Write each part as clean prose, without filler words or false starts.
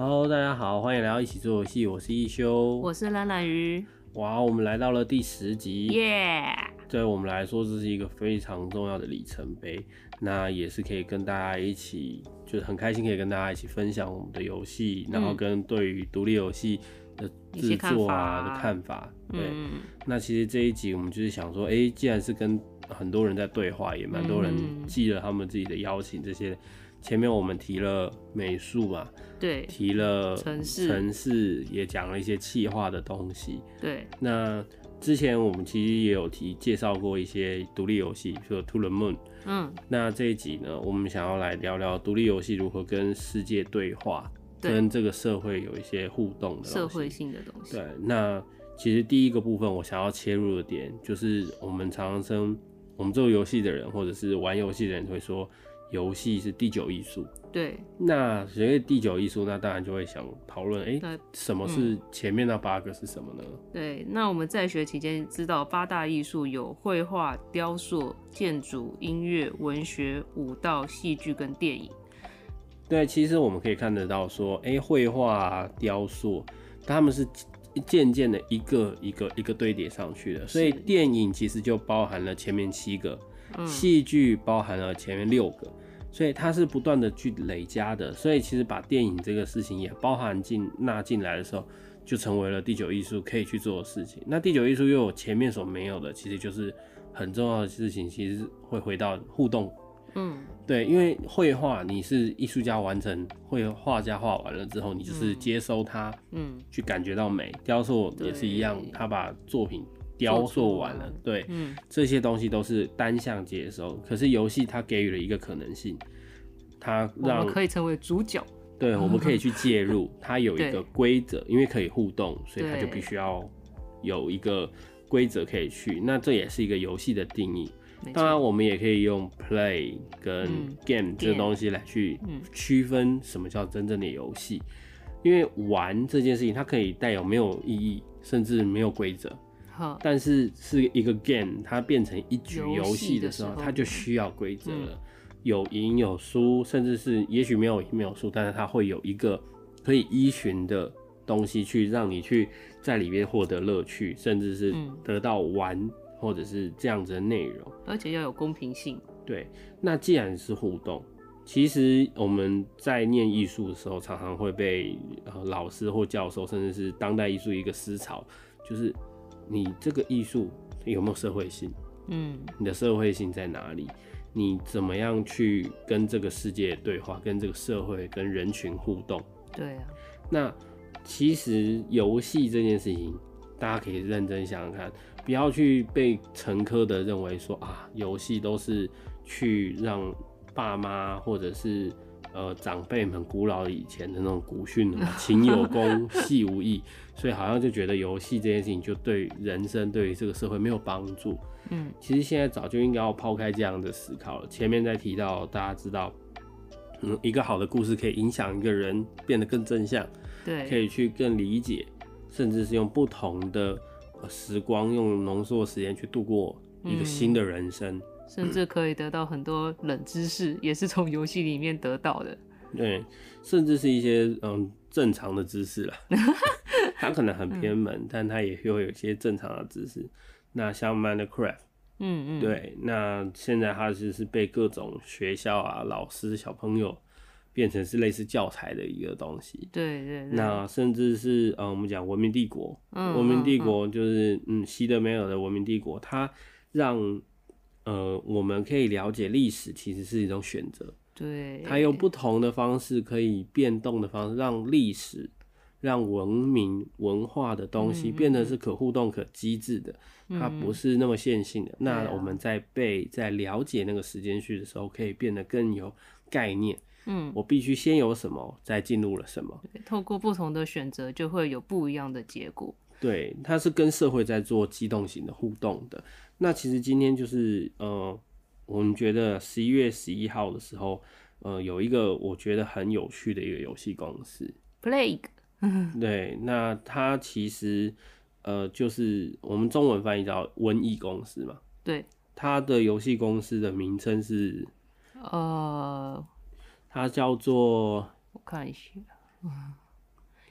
Hello，大家好，欢迎来到一起做游戏，我是一休， 我是懒懒鱼。 哇，我们来到了第10集， 耶！ 对我们来说，这是一个非常重要的里程碑。那也是可以跟大家一起，就是很开心可以跟大家一起分享我们的游戏，然后跟对于独立游戏的制作的看法。对，那其实这一集我们就是想说，既然是跟很多人在对话，也蛮多人寄了他们自己的邀请，这些前面我们提了美术嘛， 对， 提了城市，也讲了一些企划的东西。 对， 那之前我们其实也有介绍过一些独立游戏，比如说 To the Moon。那这一集呢，我们想要来聊聊独立游戏如何跟世界对话，跟这个社会有一些互动的东西， 社会性的东西。 对，那其实第一个部分我想要切入的点，就是我们常常我们做游戏的人，或者是玩游戏的人会说，游戏是第9艺术。 对， 那所谓第9艺术，那当然就会想讨论，什么是前面那8个是什么呢？ 对，那我们在学期间知道8大艺术有绘画、雕塑、建筑、音乐、文学、舞蹈、戏剧跟电影。 对，其实我们可以看得到说，绘画、雕塑，他们是渐渐的一个堆叠上去的，所以电影其实就包含了前面7个，戏剧包含了前面6个。所以它是不断的去累加的，所以其实把电影这个事情也包含纳进来的时候，就成为了第9艺术可以去做的事情。那第9艺术又有前面所没有的，其实就是很重要的事情，其实会回到互动。对，因为绘画你是艺术家完成，画家画完了之后，你就是接收它，去感觉到美。雕塑也是一样，他把作品雕塑完了，对，这些东西都是单向接收。可是游戏它给予了一个可能性，它让我们可以成为主角， 对，我们可以去介入，它有一个规则，因为可以互动，所以它就必须要有一个规则可以去。那这也是一个游戏的定义。当然，我们也可以用 play 跟 game 这个东西来去区分什么叫真正的游戏，因为玩这件事情它可以带有没有意义，甚至没有规则。但是是一个 game， 它变成一局游戏的时候，它就需要规则了，有赢有输，甚至是也许没有赢没有输，但是它会有一个可以依循的东西去让你去在里面获得乐趣，甚至是得到玩或者是这样子的内容， 而且要有公平性。 对，那既然是互动，其实我们在念艺术的时候，常常会被老师或教授，甚至是当代艺术一个思潮，就是你这个艺术有没有社会性？你的社会性在哪里？你怎么样去跟这个世界对话，跟这个社会、跟人群互动？ 对啊。 那其实游戏这件事情，大家可以认真想想看，不要去被陈科的认为说啊，游戏都是去让爸妈或者是长辈们古老以前的那种古训情有功戏无益，所以好像就觉得游戏这件事情就对人生对于这个社会没有帮助。其实现在早就应该要抛开这样的思考了。前面在提到大家知道，一个好的故事可以影响一个人变得更正向， 对， 可以去更理解，甚至是用不同的时光，用浓缩的时间去度过一个新的人生。 甚至可以得到很多冷知识，也是从游戏里面得到的。 对，甚至是一些正常的知识啦，它可能很偏门，但它也会有一些正常的知识。那像 Minecraft，对，那现在它就是被各种学校啊、老师、小朋友变成是类似教材的一个东西。 对。 那甚至是我们讲文明帝国，文明帝国就是西德梅尔的文明帝国，它让我们可以了解历史其实是一种选择。 对， 它用不同的方式，可以变动的方式，让历史、让文明、文化的东西变得是可互动、可机制的，它不是那么线性的。那我们在了解那个时间序的时候，可以变得更有概念。我必须先有什么，再进入了什么。 透过不同的选择，就会有不一样的结果。 对，它是跟社会在做机动型的互动的。那其实今天就是我们觉得11月11号的时候，有一个我觉得很有趣的一个游戏公司 Plague。 对，那它其实就是我们中文翻译叫瘟疫公司嘛。 对， 它的游戏公司的名称是它叫做我看一下，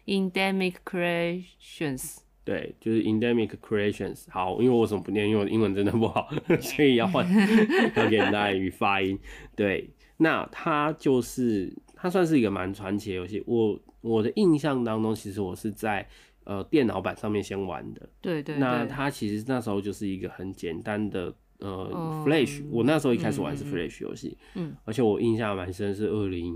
Endemic Creations。 对，就是 Endemic Creations。好，因为我怎么不念？因为我英文真的不好，所以要给大家语发音。对，那它算是一个蛮传奇的游戏。我的印象当中，其实我是在电脑版上面先玩的。 对对对。 那它其实那时候就是一个很简单的Flash。我那时候一开始玩是 Flash 游戏，而且我印象蛮深是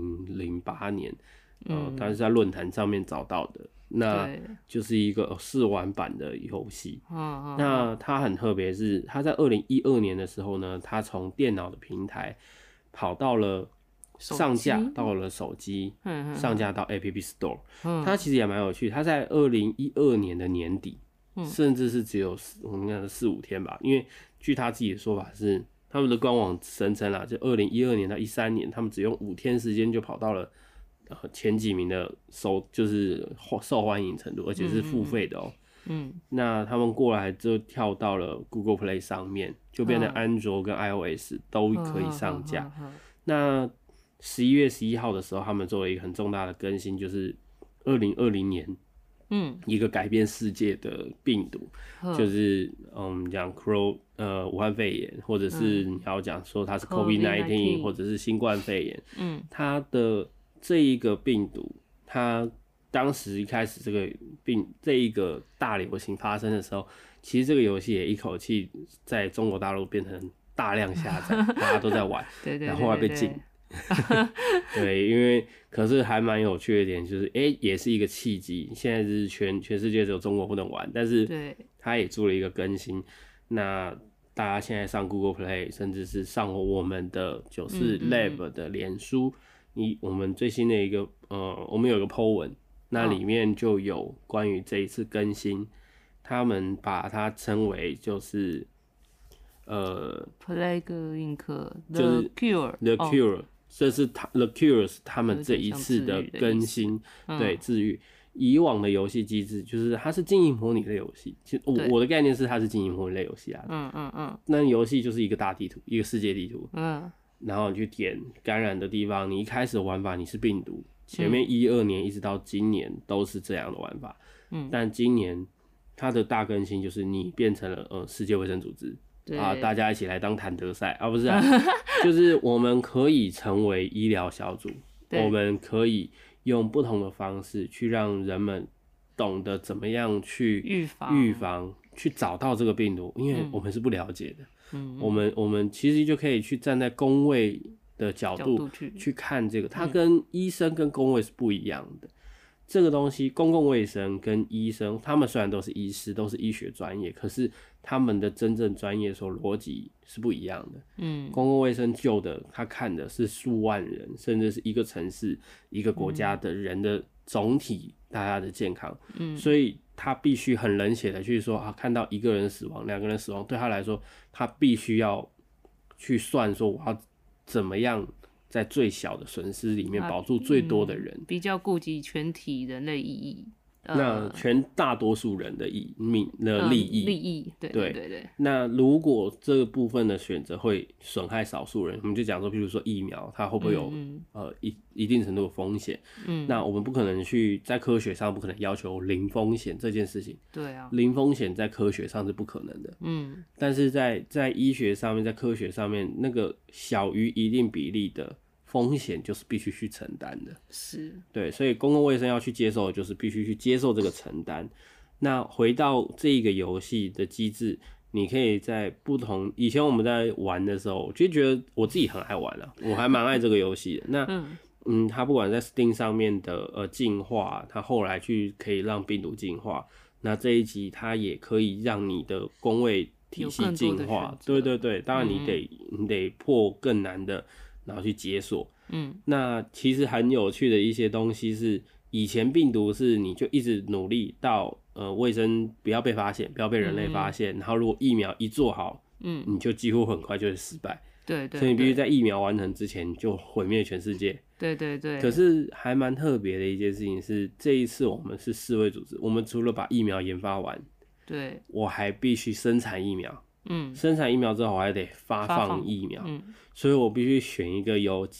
2008年，但是在论坛上面找到的。那就是一个试玩版的游戏。那它很特别，是它在2012年的时候呢，它从电脑的平台跑到了上架到了手机，上架到 App Store。它其实也蛮有趣，它在2012年的年底，甚至是只有我们讲4-5天吧，因为据他自己的说法是，他们的官网声称啦，就2012年到13年，他们只用5天时间就跑到了前几名的就是受欢迎程度，而且是付费的哦。那他们过来就跳到了 Google Play 上面，就变成安卓跟 iOS 都可以上架。那11月11号的时候，他们做了一个很重大的更新，就是2020年，一个改变世界的病毒，就是讲武汉肺炎，或者是你要讲说它是 COVID-19， 或者是新冠肺炎，它的这一个病毒，它当时一开始这一个大流行发生的时候，其实这个游戏也一口气在中国大陆变成大量下载，大家都在玩，然后后来被禁。对，因为可是还蛮有趣的一点就是，也是一个契机。现在是全世界只有中国不能玩，但是它也做了一个更新。那大家现在上 Google Play， 甚至是上我们的94 Lab 的脸书，我们最新的一个我们有一个 po 文，那里面就有关于这一次更新，他们把它称为就是 Plague Inc. 就是 The Cure，这是The Cure 是他们这一次的更新，对，治愈。以往的游戏机制就是它是经营模拟类游戏，其实我的概念是它是经营模拟类游戏啊。那游戏就是一个大地图，一个世界地图，然后你去点感染的地方，你一开始的玩法你是病毒，前面12年一直到今年都是这样的玩法，但今年它的大更新就是你变成了世界卫生组织。大家一起来当坦德赛啊，不是啊，就是我们可以成为医疗小组，我们可以用不同的方式去让人们懂得怎么样去预防，去找到这个病毒，因为我们是不了解的。我们其实就可以去站在公卫的角度去看这个，它跟医生跟公卫是不一样的。这个东西，公共卫生跟医生，他们虽然都是医师，都是医学专业，可是他们的真正专业说逻辑是不一样的。公共卫生救的，他看的是数万人，甚至是一个城市、一个国家的人的总体大家的健康。所以他必须很冷血的去说看到1个人死亡、2个人死亡，对他来说，他必须要去算说我要怎么样在最小的损失里面保住最多的人， 比较顾及全体人类意义。 那全大多数人的利益， 对。 那如果这个部分的选择会损害少数人，我们就讲说，比如说疫苗，它会不会有一定程度的风险？那我们不可能去在科学上不可能要求零风险这件事情。 对啊， 零风险在科学上是不可能的。但是在医学上面，在科学上面，那个小于一定比例的风险就是必须去承担的， 是对，所以公共卫生要去接受的就是必须去接受这个承担。那回到这个游戏的机制，你可以在不同以前我们在玩的时候，我就觉得我自己很爱玩啊，我还蛮爱这个游戏的。那它不管在 Steam 上面的进化，它后来可以让病毒进化，那这一集它也可以让你的公卫体系进化。对，当然你得破更难的。然后去解锁，那其实很有趣的一些东西是，以前病毒是你就一直努力到卫生不要被发现，不要被人类发现，然后如果疫苗一做好，你就几乎很快就会失败， 对， 所以你必须在疫苗完成之前就毁灭全世界， 对。 可是还蛮特别的一件事情是，这一次我们是世卫组织，我们除了把疫苗研发完， 对， 我还必须生产疫苗。生产疫苗之后，我还得发放疫苗，所以我必须选一个有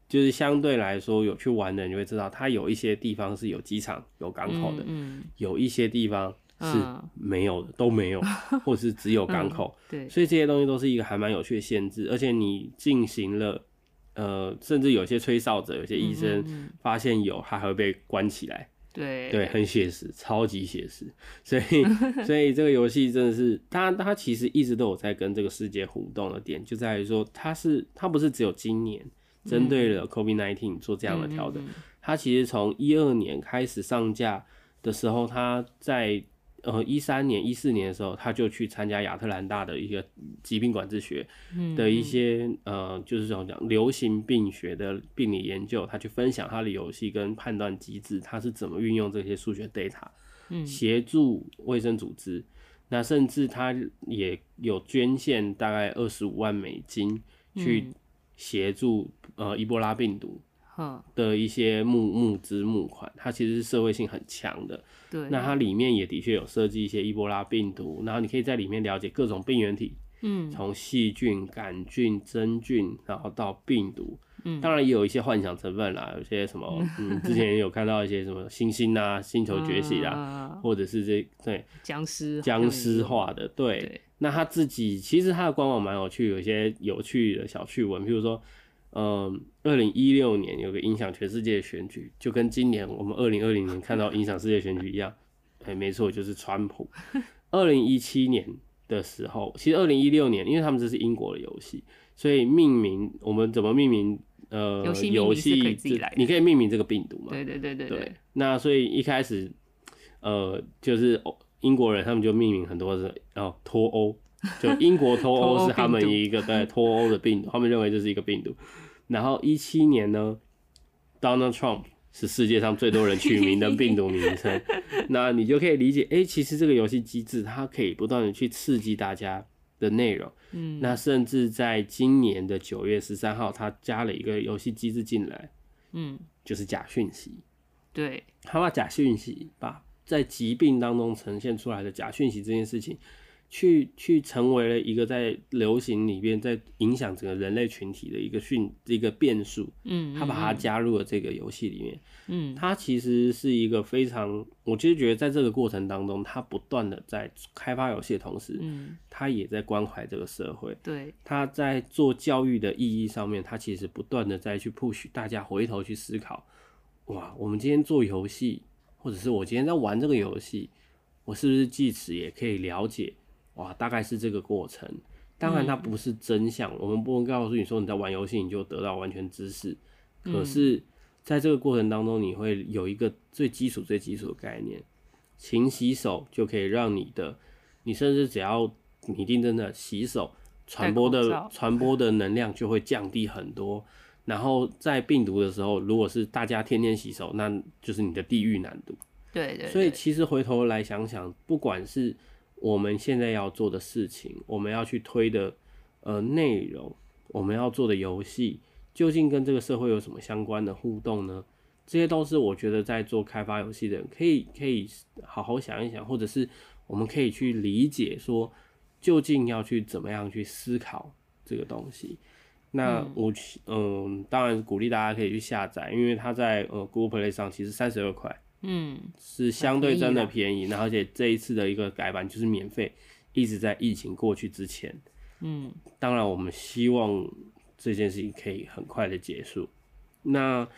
就是相对来说有去玩的人就会知道，它有一些地方是有机场、有港口的，有一些地方是没有的，都没有，或者是只有港口。 对， 所以这些东西都是一个还蛮有趣的限制，而且你进行了，甚至有些吹哨者、有些医生发现有，他还会被关起来。对，很写实，超级写实。所以这个游戏真的是，它其实一直都有在跟这个世界互动的点，就在于说，它不是只有今年针对了 COVID-19 做这样的调整，它其实从2012年开始上架的时候，它在2013年、2014年的时候，他就去参加亚特兰大的一个疾病管制学的一些就是怎么讲流行病学的病理研究，他去分享他的游戏跟判断机制，他是怎么运用这些数学 data，协助卫生组织。那甚至他也有捐献大概25万美金去协助伊波拉病毒的一些募资募款，它其实是社会性很强的。 对， 那它里面也的确有设计一些伊波拉病毒，然后你可以在里面了解各种病原体，从细菌、杆菌、真菌，然后到病毒，当然也有一些幻想成分啦，有些什么，之前也有看到一些什么星星啊、星球崛起啦，或者是对僵尸化的，对。那他自己其实他的官网蛮有趣，有一些有趣的小趣闻，譬如说。2016年有个影响全世界的选举，就跟今年我们2020年看到影响世界选举一样，没错，就是川普。2017年的时候，其实2016年，因为他们这是英国的游戏，所以命名我们怎么命名？游戏你可以命名这个病毒嘛？对。那所以一开始，就是英国人他们就命名很多是脱欧。就英国脱欧是他们一个对脱欧的病毒，他们认为这是一个病毒。然后2017年呢 ，Donald Trump 是世界上最多人取名的病毒名称。那你就可以理解，其实这个游戏机制它可以不断的去刺激大家的内容。那甚至在今年的9月13号，它加了一个游戏机制进来，就是假讯息。 对， 他把假讯息，把在疾病当中呈现出来的假讯息这件事情。去成为了一个在流行里面在影响整个人类群体的一个变数，他把它加入了这个游戏里面，它其实是一个非常，我其实觉得在这个过程当中，他不断的在开发游戏的同时，他也在关怀这个社会， 对， 他在做教育的意义上面，他其实不断的在去 push 大家回头去思考，哇，我们今天做游戏，或者是我今天在玩这个游戏，我是不是即此也可以了解？哇，大概是这个过程。当然，它不是真相，我们不能告诉你说你在玩游戏你就得到完全知识。可是，在这个过程当中，你会有一个最基础的概念，勤洗手就可以让你甚至只要你定真的洗手，传播的能量就会降低很多。然后在病毒的时候，如果是大家天天洗手，那就是你的地狱难度。 对。 所以其实回头来想想，不管是我们现在要做的事情，我们要去推的内容，我们要做的游戏，究竟跟这个社会有什么相关的互动呢？这些都是我觉得在做开发游戏的人可以好好想一想，或者是我们可以去理解说，究竟要去怎么样去思考这个东西。那我当然鼓励大家可以去下载，因为它在Google Play 上其实32块。是相对真的便宜，然后而且这一次的一个改版就是免费，一直在疫情过去之前。当然我们希望这件事情可以很快的结束。那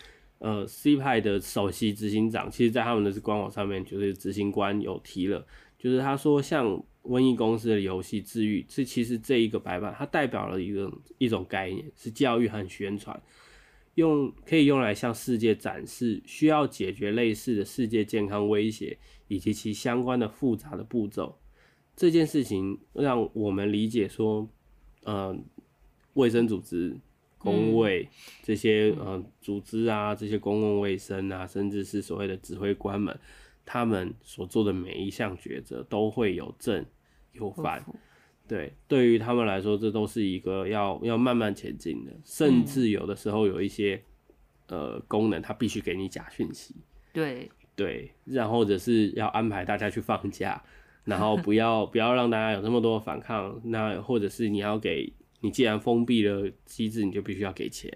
C 派的首席执行长，其实在他们的官网上面，就是执行官有提了，就是他说像瘟疫公司的游戏治愈，其实这一个改版它代表了一种概念，是教育和宣传。可以用来向世界展示需要解决类似的世界健康威胁以及其相关的复杂的步骤。这件事情让我们理解说，卫生组织、公卫这些组织啊，这些公共卫生啊，甚至是所谓的指挥官们，他们所做的每一项抉择都会有正有反。对于他们来说，这都是一个要慢慢前进的，甚至有的时候有一些功能，它必须给你假讯息。对，然后或者是要安排大家去放假，然后不要让大家有那么多反抗，那或者是你既然封闭了机制，你就必须要给钱。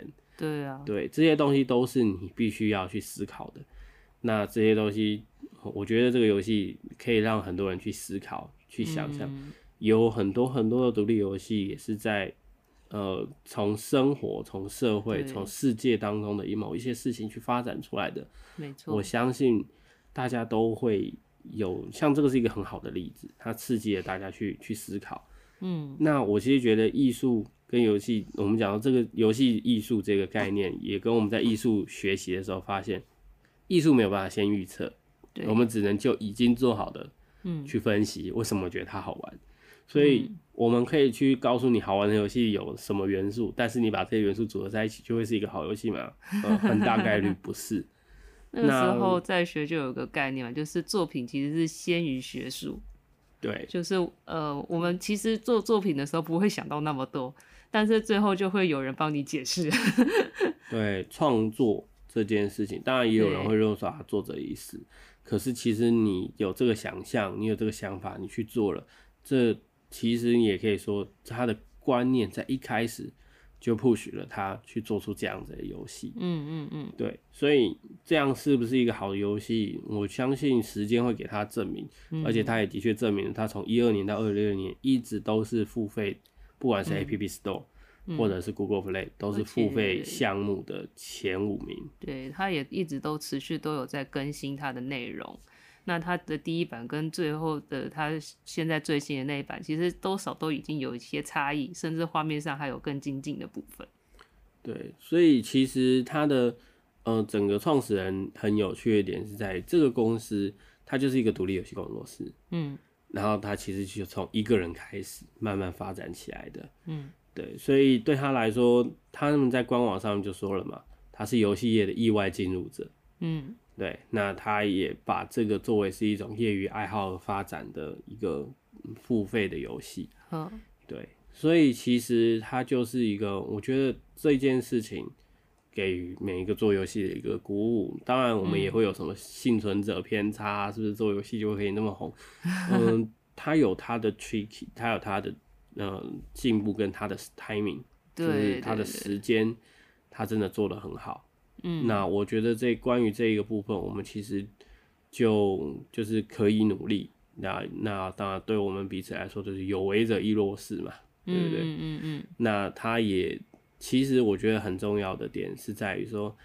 对啊， 对，这些东西都是你必须要去思考的。那这些东西，我觉得这个游戏可以让很多人去思考、去想象。有很多很多的独立游戏也是在从生活、从社会、从世界当中的某一些事情去发展出来的。 没错， 我相信大家都会有，像这个是一个很好的例子，它刺激了大家去思考。那我其实觉得艺术跟游戏，我们讲到这个游戏艺术这个概念，也跟我们在艺术学习的时候发现，艺术没有办法先预测，我们只能就已经做好的去分析为什么我觉得它好玩。所以我们可以去告诉你好玩的游戏有什么元素，但是你把这些元素组合在一起就会是一个好游戏吗？很大概率不是。 那个时候在学就有个概念嘛，就是作品其实是先于学术。 对， 就是我们其实做作品的时候不会想到那么多，但是最后就会有人帮你解释。 对，创作这件事情，当然也有人会认为说作者已死，可是其实你有这个想象，你有这个想法，你去做了，这其实你也可以说他的观念在一开始就 push 了他去做出这样子的游戏。对，所以这样是不是一个好的游戏？我相信时间会给他证明，而且他也的确证明了，他从2012年到2022年一直都是付费，不管是 App Store、或者是 Google Play， 都是付费项目的前5名。 对，他也一直都持续都有在更新他的内容。那它的第一版跟最后的它现在最新的那一版，其实多少都已经有一些差异，甚至画面上还有更精进的部分。 对，所以其实它的整个创始人很有趣的点是在这个公司，它就是一个独立游戏工作室。然后它其实就从一个人开始慢慢发展起来的。对，所以对他来说，他们在官网上就说了嘛，他是游戏业的意外进入者。对，那他也把这个作为是一种业余爱好发展的一个付费的游戏。对，所以其实它就是一个，我觉得这件事情给予每一个做游戏的一个鼓舞。当然，我们也会有什么幸存者偏差，是不是做游戏就可以那么红？它有它的 tricky， 它有它的进步跟它的 timing， 就是它的时间，它真的做得很好。那我觉得关于这一个部分，我们其实就是可以努力。那当然，对我们彼此来说，就是有为者亦若是嘛，对不对？那他也其实我觉得很重要的点是在于说，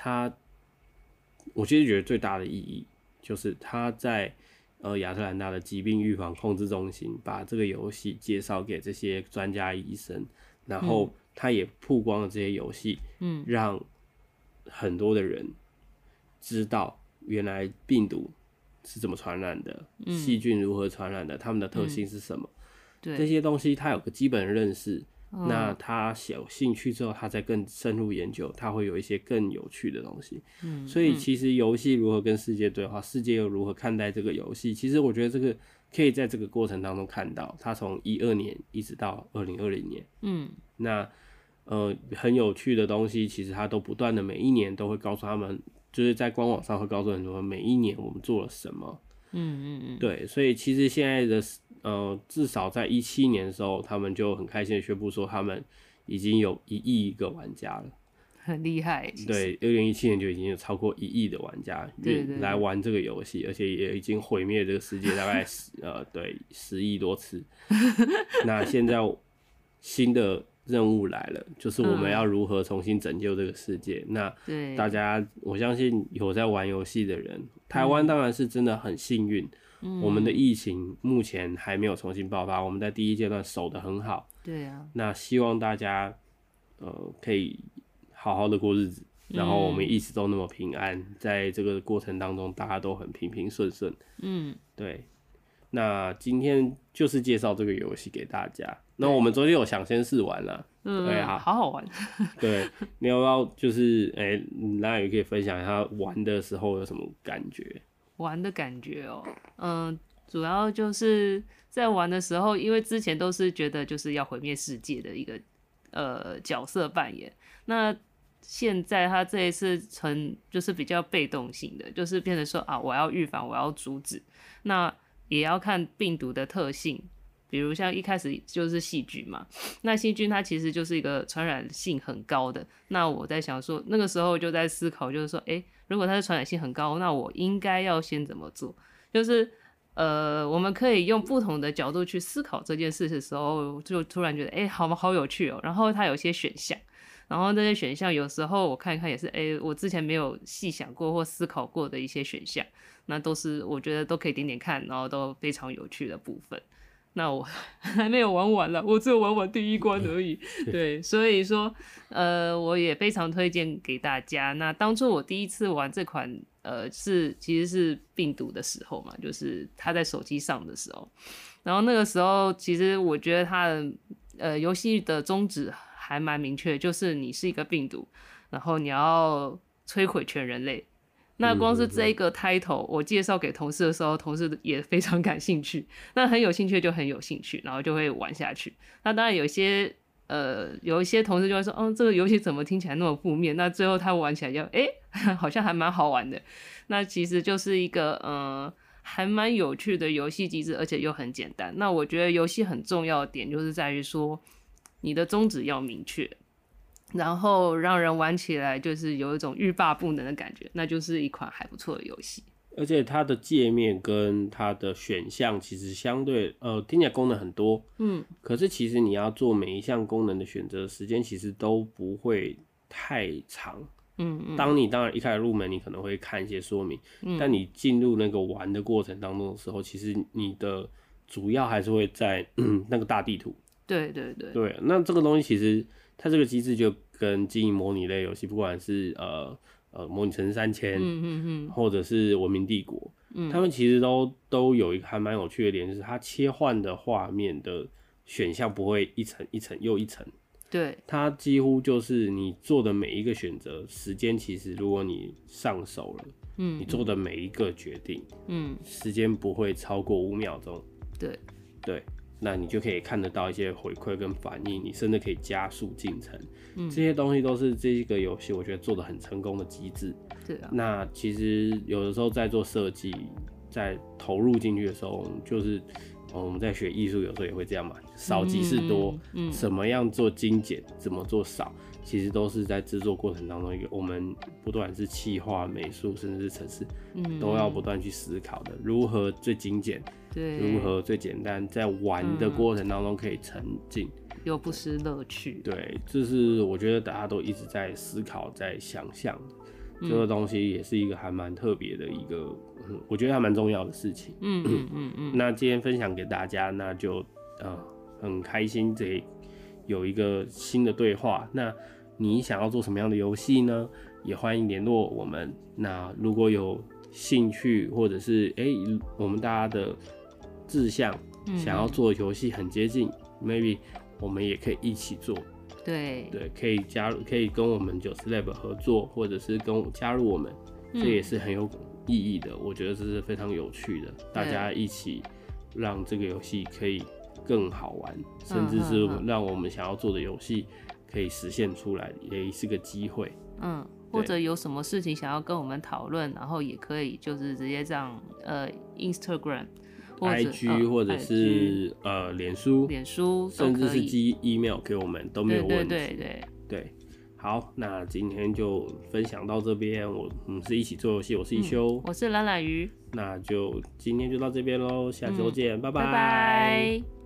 我其实觉得最大的意义就是他在亚特兰大的疾病预防控制中心把这个游戏介绍给这些专家医生，然后他也曝光了这些游戏，让很多的人知道原来病毒是怎么传染的，细菌如何传染的，它们的特性是什么，这些东西他有个基本的认识。那他有兴趣之后，他再更深入研究，他会有一些更有趣的东西。所以其实游戏如何跟世界对话，世界又如何看待这个游戏，其实我觉得这个可以在这个过程当中看到，他从2012年一直到2020年，那很有趣的东西，其实他都不断的每一年都会告诉他们，就是在官网上会告诉很多人每一年我们做了什么。对，所以其实现在的至少在2017年的时候，他们就很开心的宣布说，他们已经有1亿个玩家了， 很厉害。 对，2017年就已经有超过1亿的玩家来玩这个游戏，而且也已经毁灭这个世界大概10亿多次。那现在新的任务来了，就是我们要如何重新拯救这个世界。那大家，我相信有在玩游戏的人，台湾当然是真的很幸运，我们的疫情目前还没有重新爆发，我们在第一阶段守得很好。 对啊， 那希望大家可以好好的过日子，然后我们一直都那么平安，在这个过程当中大家都很平平顺顺。对。那今天就是介绍这个游戏给大家。那我们昨天有抢先试玩了，对啊， 好好玩。 对，你要不要就是那也可以分享一下玩的时候有什么感觉？ 玩的感觉主要就是在玩的时候，因为之前都是觉得就是要毁灭世界的一个角色扮演，那现在他这一次就是比较被动性的，就是变成说我要预防，我要阻止，那也要看病毒的特性， 比如像一开始就是细菌嘛，那细菌它其实就是一个传染性很高的。那我在想说，那个时候就在思考，就是说，如果它是传染性很高，那我应该要先怎么做？就是我们可以用不同的角度去思考这件事的时候，就突然觉得，好有趣哦。然后它有一些选项，然后这些选项有时候我看一看也是，我之前没有细想过或思考过的一些选项，那都是我觉得都可以点点看，然后都非常有趣的部分。那我还没有玩完了，我只有玩完第一关而已。对，所以说，我也非常推荐给大家。那当初我第一次玩这款，其实是病毒的时候嘛，就是它在手机上的时候。然后那个时候，其实我觉得它的游戏的宗旨还蛮明确，就是你是一个病毒，然后你要摧毁全人类。那光是这一个 title 我介绍给同事的时候，同事也非常感兴趣，那很有兴趣就很有兴趣，然后就会玩下去。那当然有一些同事就会说，这个游戏怎么听起来那么负面？那最后他玩起来就好像还蛮好玩的。那其实就是一个还蛮有趣的游戏机制，而且又很简单。那我觉得游戏很重要的点就是在于说，你的宗旨要明确。然后让人玩起来就是有一种欲罢不能的感觉，那就是一款还不错的游戏。 而且它的界面跟它的选项其实相对听起来功能很多，可是其实你要做每一项功能的选择，时间其实都不会太长。当然一开始入门，你可能会看一些说明，但你进入那个玩的过程当中的时候，其实你的主要还是会在那个大地图。 对， 那这个东西其实它这个机制就跟经营模拟类游戏，不管是模拟城市3000，或者是文明帝国，他们其实都有一个还蛮有趣的点，就是它切换的画面的选项不会一层一层又一层， 对， 它几乎就是你做的每一个选择，时间其实如果你上手了，你做的每一个决定，时间不会超过5秒钟，对。那你就可以看得到一些回馈跟反应，你甚至可以加速进程，这些东西都是这个游戏我觉得做得很成功的机制。 对啊。 那其实有的时候在做设计，在投入进去的时候，就是我们在学艺术，有时候也会这样嘛，少即是多，怎么样做精简，怎么做少，其实都是在制作过程当中一个我们不断是企划、美术，甚至是程式，都要不断去思考的，如何最精简。 对， 如何最简单，在玩的过程当中可以沉浸， 又不失乐趣。 对，这是我觉得大家都一直在思考、在想象，这个东西也是一个还蛮特别的一个，我觉得还蛮重要的事情。那今天分享给大家，那就很开心，有一个新的对话。那你想要做什么样的游戏呢？也欢迎联络我们。那如果有兴趣，或者是我们大家的志向想要做的游戏很接近，maybe 我们也可以一起做。对，可以加入，可以跟我们90Lab 合作，或者是加入我们，这也是很有意义的。我觉得这是非常有趣的，大家一起让这个游戏可以更好玩，甚至是让我们想要做的游戏可以实现出来，也是个机会。 或者有什么事情想要跟我们讨论，然后也可以就是直接这样Instagram、IG 或者是脸书，甚至是寄 email 给我们都没有问题。对，好，那今天就分享到这边。我们是一起做游戏，我是一休， 我是懒懒鱼， 那就今天就到这边喽，下周见，拜拜拜。